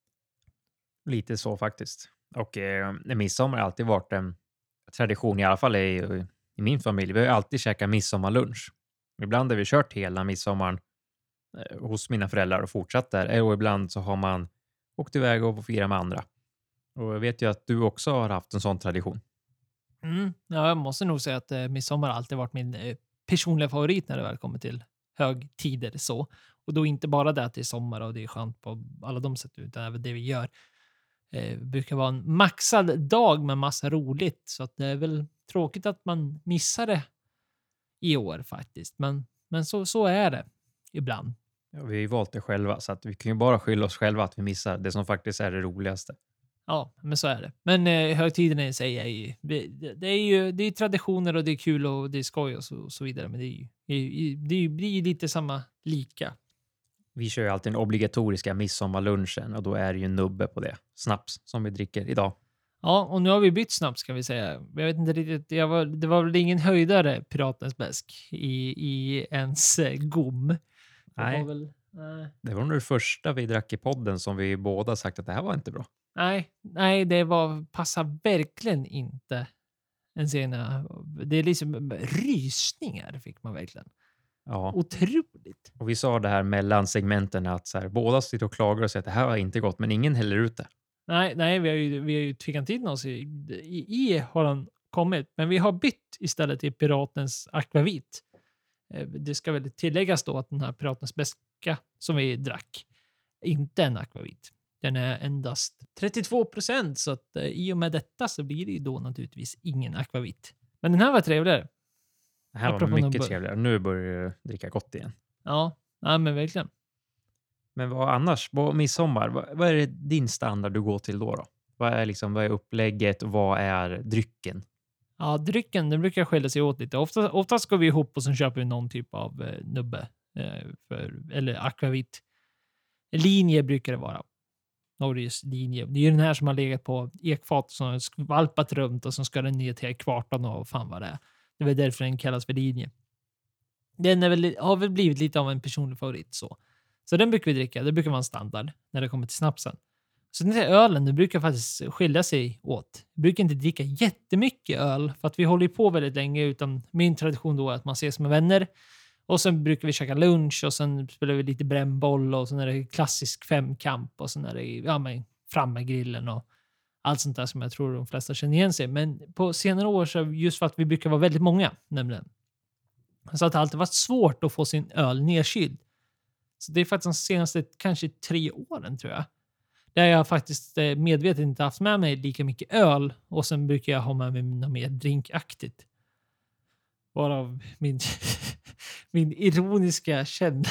Lite så faktiskt. Och eh, midsommar har alltid varit en tradition, i alla fall i, i min familj. Vi har alltid käkat midsommarlunch. Ibland har vi kört hela midsommaren eh, hos mina föräldrar och fortsatt där. Och ibland så har man åkt iväg och firat med andra. Och jag vet ju att du också har haft en sån tradition. Mm. Ja, jag måste nog säga att eh, midsommar har alltid varit min eh, personliga favorit när det väl kommer till högtider. Så. Och då inte bara det att det är sommar och det är skönt på alla de sätt, utan även det vi gör. Eh, brukar vara en maxad dag med massa roligt. Så att det är väl tråkigt att man missar det i år faktiskt. Men, men så, så är det ibland. Ja, vi har ju valt det själva, så att vi kan ju bara skylla oss själva att vi missar det som faktiskt är det roligaste. Ja, men så är det. Men eh, högtiderna i sig är ju det, det är ju det är traditioner och det är kul och det är skoj och så, och så vidare. Men det är ju det, är, ju- det är ju- blir ju lite samma lika. Vi kör ju alltid den obligatoriska midsommarlunchen och då är det ju nubbe på det. Snaps som vi dricker idag. Ja, och nu har vi bytt snaps kan vi säga. Jag vet inte riktigt. Jag var, det var väl ingen höjdare Piratens bäsk i, i ens eh, gom. Det Nej. var väl, nej. Det var nog det första vi drack i podden som vi båda sagt att det här var inte bra. Nej, nej, det var passar verkligen inte en scena. Det är liksom rysningar fick man verkligen. Ja, Otroligt. och vi sa det här mellan segmenten att så här, båda sitter och klagar och säger att det här var inte gott, men ingen häller ut det. Nej, nej, vi har ju, vi har ju tvingat in oss i, i, i har den kommit, men vi har bytt istället till Piratens akvavit. Eh, Det ska väl tilläggas då att den här Piratens bäska som vi drack inte är en akvavit. Den är endast trettiotvå procent så att eh, i och med detta så blir det ju då naturligtvis ingen akvavit. Men den här var trevligare. Det här Apropå var mycket nubbar. trevligare. Nu börjar du dricka gott igen. Ja, ja men verkligen. Men vad annars? På midsommar, vad, vad är det din standard du går till då? då? Vad är, liksom, vad är upplägget och vad är drycken? Ja, drycken den brukar skilja sig åt lite. Ofta, oftast går vi ihop och sen köper vi någon typ av eh, nubbe. Eh, för, eller akvavit. Linje brukar det vara. Norges linje. Det är ju den här som har legat på ekfat som har skvalpat runt och som ska den ner till kvartan och fan vad det är. Det är väl därför den kallas för linje. Den är väl, har väl blivit lite av en personlig favorit så. Så den brukar vi dricka. Det brukar vara en standard när det kommer till snapsen. Så den här ölen, den brukar faktiskt skilja sig åt. Vi brukar inte dricka jättemycket öl för att vi håller ju på väldigt länge utan min tradition då är att man ses med vänner och sen brukar vi käka lunch och sen spelar vi lite brännboll och sen är det klassisk femkamp och sen är det ja, men, fram med grillen och allt sånt där som jag tror de flesta känner igen sig. Men på senare år så just för att vi brukar vara väldigt många nämligen. Så att det har alltid varit svårt att få sin öl nedkyld. Så det är faktiskt de senaste kanske tre åren tror jag. Där jag faktiskt eh, medvetet inte haft med mig lika mycket öl och sen brukar jag ha med mig något mer drinkaktigt. Varav min, min ironiska kända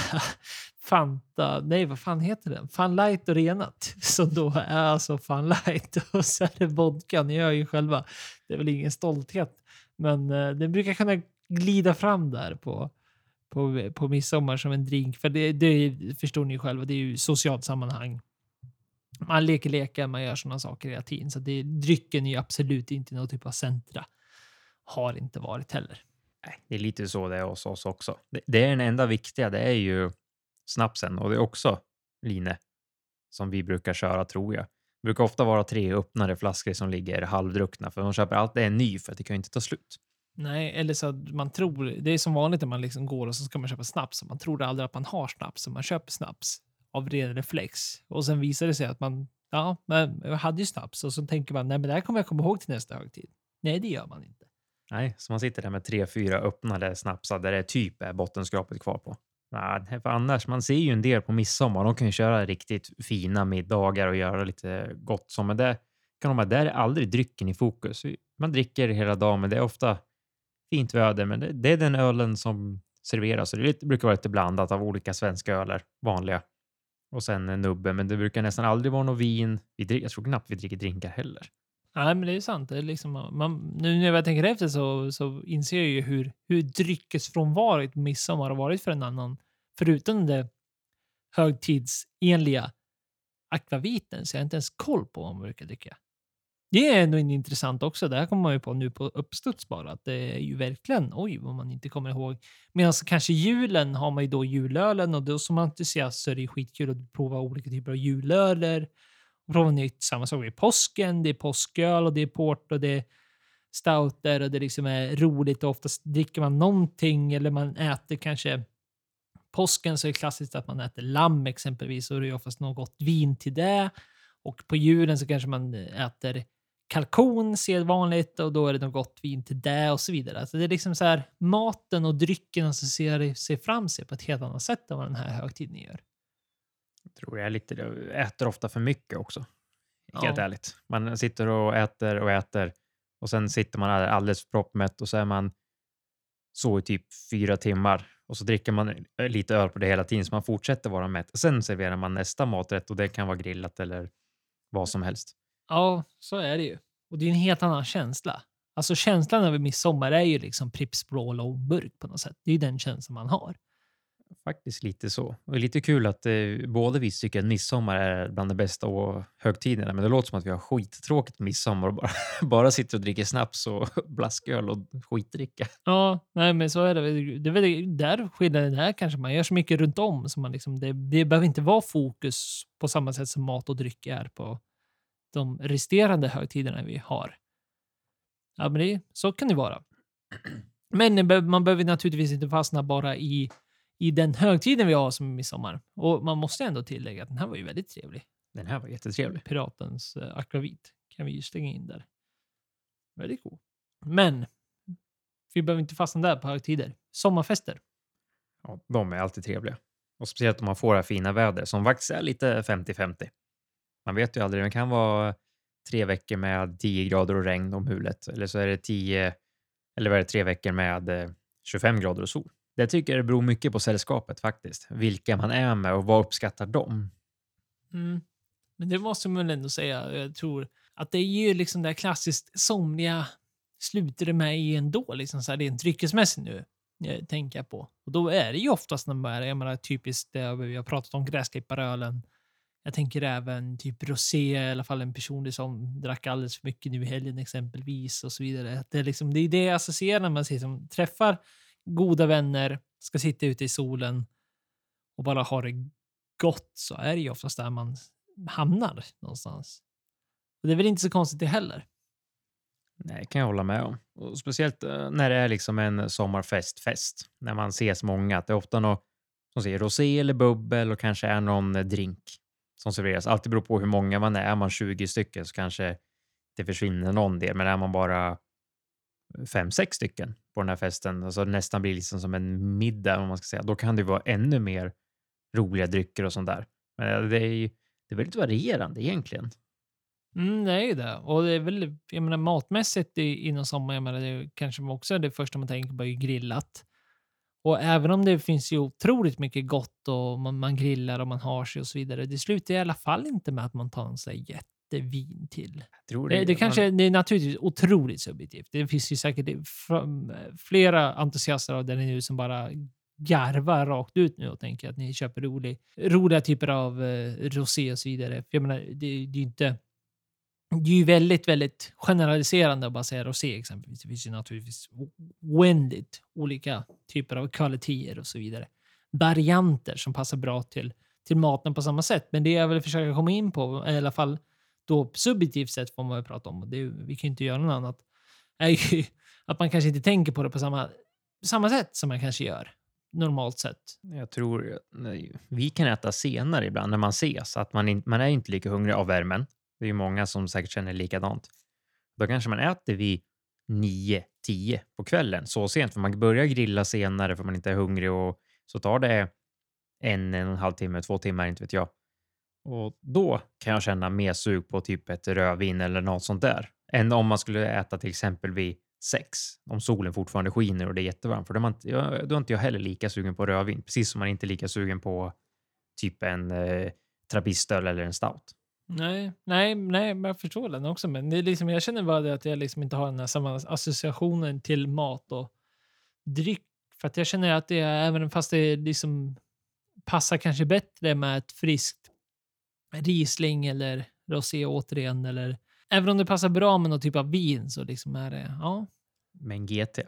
Fanta, nej vad fan heter den? Fun Light och renat. Som då är alltså Fun Light och så är det vodka. Ni gör ju själva. Det är väl ingen stolthet. Men eh, det brukar kunna glida fram där på, på, på midsommar som en drink. För det, det förstår ni själva, det är ju socialt sammanhang. Man leker lekar, man gör sådana saker hela tiden. Så det, drycken är ju absolut inte någon typ av centra. Har inte varit heller. Nej, det är lite så det är hos oss också. Det, det är den enda viktiga, det är ju snapsen och det är också line som vi brukar köra tror jag. Det brukar ofta vara tre öppnade flaskor som ligger halvdruckna för de köper alltid en ny för att det kan ju inte ta slut. Nej, eller så att man tror, det är som vanligt när man liksom går och så ska man köpa snaps. Man tror aldrig att man har snaps, så man köper snaps av ren reflex. Och sen visar det sig att man, ja, men jag hade ju snaps och så tänker man, nej men det här kommer jag komma ihåg till nästa högtid. Nej, det gör man inte. Nej, så man sitter där med tre, fyra öppnade snapsar där det typ är bottenskrapet kvar på. Nej, för annars, man ser ju en del på midsommar. De kan ju köra riktigt fina middagar och göra lite gott som. Men det kan de, där är aldrig drycken i fokus. Man dricker hela dagen, men det är ofta fint väder. Men det, det är den ölen som serveras. Så det lite, brukar vara lite blandat av olika svenska öler, vanliga. Och sen en nubbe, men det brukar nästan aldrig vara något vin. Vi dricker, jag tror knappt vi dricker drinkar heller. Nej, men det är sant. Det är liksom, man, nu när jag tänker efter så, så inser jag ju hur, hur dryckesfrånvaret midsommar har varit för en annan. Förutom det högtidsenliga akvaviten så jag har inte ens koll på vad man brukar dricka. Det är ändå intressant också. Det här kommer man ju på nu på uppstuds bara. Att det är ju verkligen, oj vad man inte kommer ihåg. Medan kanske julen har man ju då julölen och då som entusiast så är det ju skitkul att prova olika typer av julöler. Och prova nytt. Samma sak i påsken. Det är påsköl och det är port och det är stouter och det liksom är roligt. Och oftast dricker man någonting eller man äter kanske påsken så är det klassiskt att man äter lamm exempelvis och det är oftast något gott vin till det. Och på julen så kanske man äter kalkon sedvanligt och då är det något gott vin till det och så vidare. Alltså det är liksom så här maten och drycken associerar sig fram sig på ett helt annat sätt än vad den här högtiden gör. Jag tror jag är lite, jag äter ofta för mycket också. Helt Ja. ärligt. Man sitter och äter och äter och sen sitter man där alldeles för proppmätt och så är man så i typ fyra timmar Och så dricker man lite öl på det hela tiden så man fortsätter vara mätt. Sen serverar man nästa maträtt och det kan vara grillat eller vad som helst. Ja, så är det ju. Och det är en helt annan känsla. Alltså känslan över midsommar är ju liksom Pripps blå långburk på något sätt. Det är ju den känslan man har. Faktiskt lite så. Och lite kul att eh, både vi tycker att midsommar är bland de bästa och högtiderna, men det låter som att vi har skittråkigt midsommar och bara, bara sitter och dricker snaps och blasköl och skitdricka. Ja, nej men så är det. väl. Det är väl där skillnaden är kanske. Man gör så mycket runt om så man liksom, det, det behöver inte vara fokus på samma sätt som mat och dryck är på de resterande högtiderna vi har. Ja, men det, så kan det vara. Men man behöver naturligtvis inte fastna bara i, i den högtiden vi har som är midsommar. Och man måste ändå tillägga att den här var ju väldigt trevlig. Den här var jättetrevlig. Piratens uh, akvavit kan vi ju slänga in där. Väldigt cool. Men vi behöver inte fastna där på högtider. Sommarfester. Ja, de är alltid trevliga. Och speciellt om man får det här fina väder som faktiskt är lite femtio femtio. Man vet ju aldrig, det kan vara tre veckor med tio grader och regn om mulet. Eller så är det tio, eller vad är det, tre veckor med eh, tjugofem grader och sol. Det tycker jag det beror mycket på sällskapet faktiskt. Vilka man är med och vad uppskattar de. Mm. Men det måste man ändå säga. Jag tror att det är ju liksom det här klassiskt somliga slutar det med i ändå. Liksom så här, det är en dryckesmässigt nu. Jag tänker jag på. Och då är det ju oftast när man är, jag menar typiskt det vi har pratat om, gräsklipparölen. Jag tänker även typ rosé, i alla fall en person som drack alldeles för mycket nu i helgen exempelvis och så vidare. Att det, är liksom, det är det jag associerar när man ser som träffar goda vänner, ska sitta ute i solen och bara ha det gott, så är det ju oftast där man hamnar någonstans. Och det är väl inte så konstigt det heller. Nej, kan jag hålla med om. Och speciellt eh, när det är liksom en sommarfestfest. När man ses många. Att det är ofta något som säger rosé eller bubbel och kanske är någon eh, drink som serveras. Alltid beror på hur många man är. Är man tjugo stycken så kanske det försvinner någon del. Men är man bara fem sex stycken på den här festen, alltså nästan blir liksom som en middag om man ska säga. Då kan det vara ännu mer roliga drycker och sånt där. Men det är ju det är väldigt varierande egentligen. Mm, det är ju det. Och det är väl, jag menar matmässigt i, inom sommar, jag menar, det är kanske också det första man tänker på är ju grillat. Och även om det finns ju otroligt mycket gott och man, man grillar och man har sig och så vidare, det slutar i alla fall inte med att man tar en sån här jättevin till. Tror Det, det, det kanske man, det är naturligtvis otroligt subjektivt. Det finns ju säkert f- flera entusiaster av den nu som bara garvar rakt ut nu och tänker att ni köper rolig, roliga typer av eh, rosé och så vidare. För jag menar, det, det är ju inte... Det är ju väldigt, väldigt generaliserande att bara säga rosé exempelvis. Det finns ju naturligtvis oändligt olika typer av kvaliteter och så vidare. Varianter som passar bra till, till maten på samma sätt. Men det jag vill försöka komma in på, i alla fall då subjektivt sett får man väl prata om, och det, vi kan ju inte göra något annat, är ju att man kanske inte tänker på det på samma, samma sätt som man kanske gör normalt sett. jag tror nej, vi kan äta senare ibland när man ses. Att man, in, man är inte lika hungrig av värmen. Det är ju många som säkert känner likadant. Då kanske man äter vid nio tio på kvällen. Så sent, för man börjar grilla senare för man inte är hungrig. Och så tar det en, en och en halv timme, två timmar, inte vet jag. Och då kan jag känna mer sug på typ ett rödvin eller något sånt där. Än om man skulle äta till exempel vid sex. Om solen fortfarande skiner och det är jättevarmt. För då är, man, då är inte jag heller lika sugen på rödvin. Precis som man inte är lika sugen på typ en eh, trappistöl eller en stout. Nej, nej, nej, men jag förstår den också. Men det är liksom, jag känner bara det att jag liksom inte har den här samma associationen till mat och dryck. För att jag känner att det är, även fast det liksom passar kanske bättre med ett friskt Riesling eller rosé återigen. Eller, även om det passar bra med någon typ av vin så liksom är det, ja. Men G T.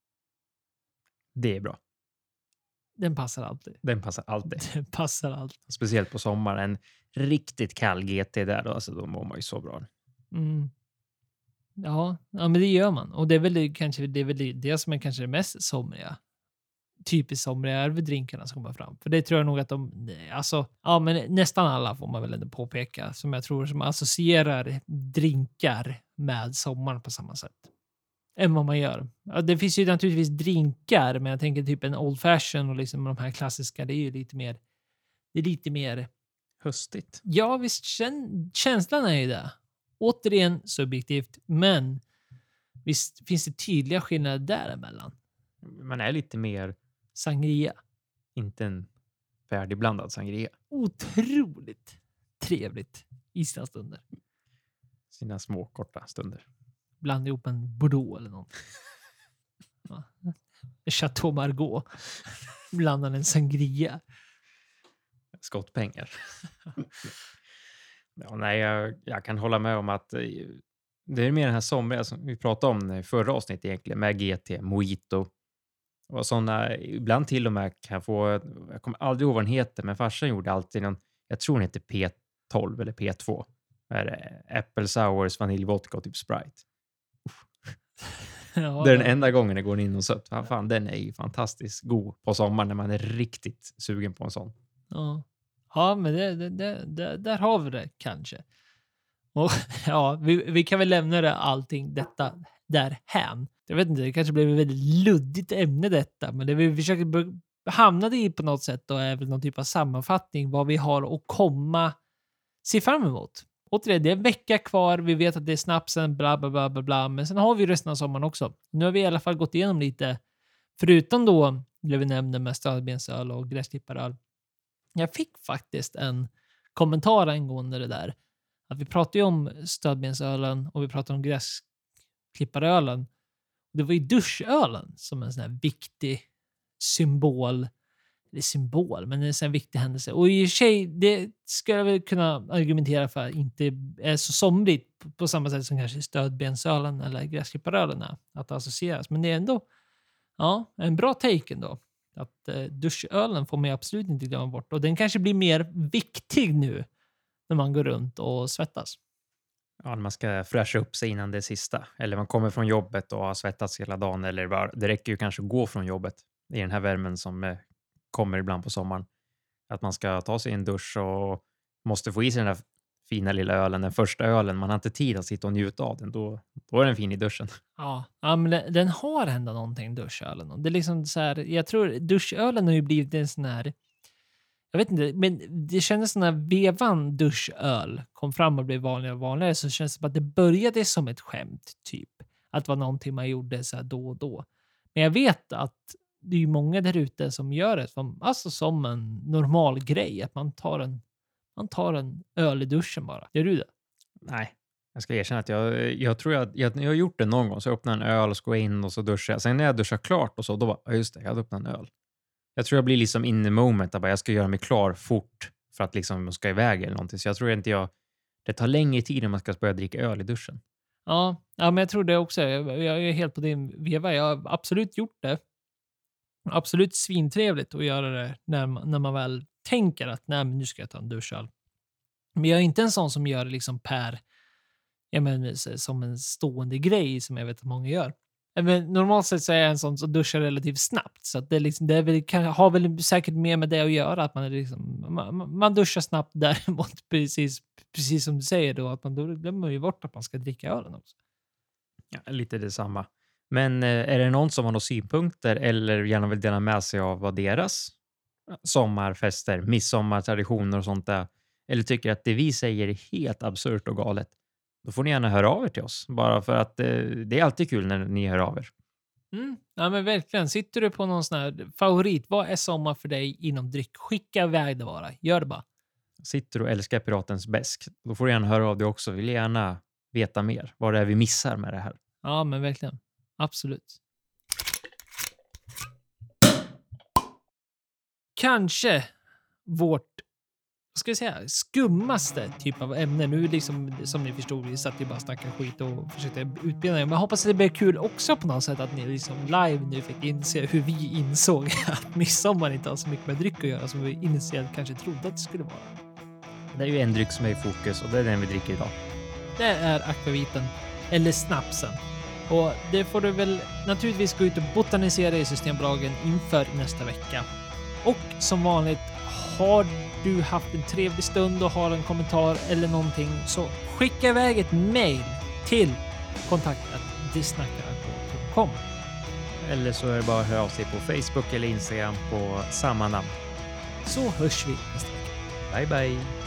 Det är bra. Den passar alltid. Den passar alltid. Den passar alltid. Speciellt på sommaren. En riktigt kall G T där då. Alltså då mår man ju så bra. Mm. Ja, ja, men det gör man. Och det är väl det, kanske det, är väl det, det som är kanske det mest somriga. Typiskt somriga är väl drinkarna som kommer fram. För det tror jag nog att de, alltså, ja men nästan alla får man väl ändå påpeka. Som jag tror som associerar drinkar med sommaren på samma sätt. Än vad man gör. Ja, det finns ju naturligtvis drinkar, men jag tänker typ en old fashion och liksom de här klassiska, det är ju lite mer, det är lite mer höstigt. Ja, visst, kän, känslan är ju det. Återigen subjektivt, men visst finns det tydliga skillnader däremellan. Man är lite mer sangria. Inte en färdigblandad sangria. Otroligt trevligt islandsstunder. Sina små korta stunder. Blanda ihop en Bordeaux eller något. Ja. Chateau Margaux. Blanda en sangria. Skottpengar. Ja, nej, jag, jag kan hålla med om att eh, det är mer den här somriga som vi pratade om i förra avsnittet egentligen med G T, Mojito och sådana. Ibland till och med kan jag få, jag kommer aldrig ihåg vad den heter, men farsan gjorde alltid någon, jag tror den heter P tolv eller P två. Är det Apple Sours, vaniljvodka och typ Sprite. Ja, det är den enda gången det går in och sött. Fan, fan, den är ju fantastiskt god på sommaren när man är riktigt sugen på en sån. Ja, ja men det, det, det, det, där har vi det kanske. Och, ja, vi, vi kan väl lämna det allting detta därhän. Jag vet inte, det kanske blev ett väldigt luddigt ämne detta, men det vi försöker b- hamna i på något sätt då är väl någon typ av sammanfattning vad vi har att komma se fram emot. Återigen, det är en vecka kvar, vi vet att det är snapsen, bla bla bla bla bla, men sen har vi resten av sommaren också. Nu har vi i alla fall gått igenom lite, förutom då det vi nämnde med stödbensöl och gräsklipparöl. Jag fick faktiskt en kommentar angående det där. Att vi pratade ju om stödbensölen och vi pratade om gräsklipparölen. Det var ju duschölen som en sån här viktig symbol. Eller symbol, men det är en sån här viktig händelse. Och i och för sig, det ska jag väl kunna argumentera för att inte är så somrigt på, på samma sätt som kanske stödbensölen eller gräsklipparölen är. Att associeras. Men det är ändå ja, en bra take ändå. Att eh, duschölen får man absolut inte glömma bort. Och den kanske blir mer viktig nu när man går runt och svettas. Ja, när man ska fräscha upp sig innan det sista. Eller man kommer från jobbet och har svettats hela dagen. Eller bara, det räcker ju kanske att gå från jobbet i den här värmen som eh, kommer ibland på sommaren. Att man ska ta sig en dusch och måste få i sig den där fina lilla ölen. Den första ölen. Man har inte tid att sitta och njuta av den. Då, då är den fin i duschen. Ja, ja men den, den har ändå någonting, duschölen. Det är liksom så här, jag tror duschölen har ju blivit en sån här, jag vet inte, men det kändes som när vevan duschöl kom fram och blev vanligare och vanligare, så känns det som att det började som ett skämt typ. Att det var någonting man gjorde så här då och då. Men jag vet att det är ju många där ute som gör det som, alltså som en normal grej. Att man tar en, man tar en öl i duschen bara. Gör du det? Nej, jag ska erkänna att jag, jag tror jag, jag, jag har gjort det någon gång. Så jag öppnar en öl och ska gå in och så duschar jag. Sen när jag duschar klart och så, då var ja just det, jag hade öppnat en öl. Jag tror jag blir liksom in i moment. Att jag ska göra mig klar fort för att liksom jag ska iväg eller någonting. Så jag tror inte jag, det tar längre tid när man ska börja dricka öl i duschen. Ja, ja men jag tror det också. Jag, jag är helt på din veva. Jag har absolut gjort det. Absolut svintrevligt att göra det när man, när man väl tänker att nej, men nu ska jag ta en duschöl. Men jag är inte en sån som gör det liksom per, jag menar, som en stående grej som jag vet att många gör. Men normalt sett så är jag en sån som duschar relativt snabbt. Så att det, liksom, det är väl, kan, har väl säkert mer med det att göra. Att man, är liksom, man, man duschar snabbt däremot, precis, precis som du säger då. Att man då glömmer man ju bort att man ska dricka ölen också. Ja, lite detsamma. Men är det någon som har några synpunkter eller gärna vill dela med sig av vad deras sommarfester, midsommartraditioner och sånt där, eller tycker att det vi säger är helt absurt och galet, då får ni gärna höra av er till oss. Bara för att eh, det är alltid kul när ni hör av er. Mm. Ja men verkligen. Sitter du på någon sån här favorit, vad är sommar för dig inom dryck? Skicka iväg det bara. Gör det bara. Sitter du och älskar Piratens bäsk, då får du gärna höra av dig också. Vill gärna veta mer. Vad det är vi missar med det här. Ja men verkligen. Absolut. Kanske vårt, vad ska jag säga, skummaste typ av ämne. Nu liksom, som ni förstod, vi satt ju bara snacka skit och försökte utbilda er. Men jag hoppas att det blir kul också på något sätt att ni liksom live nu fick inse hur vi insåg att midsommar inte har så mycket med dryck att göra som vi initiellt kanske trodde att det skulle vara. Det är ju en dryck som är i fokus och det är den vi dricker idag. Det är akvaviten eller snapsen. Och det får du väl naturligtvis gå ut och botanisera i Systembolagen inför nästa vecka. Och som vanligt, har du haft en trevlig stund och har en kommentar eller någonting, så skicka iväg ett mejl till kontaktet dissnackaralkohol punkt com. Eller så är det bara att höra av sig på Facebook eller Instagram på samma namn. Så hörs vi nästa vecka. Bye bye!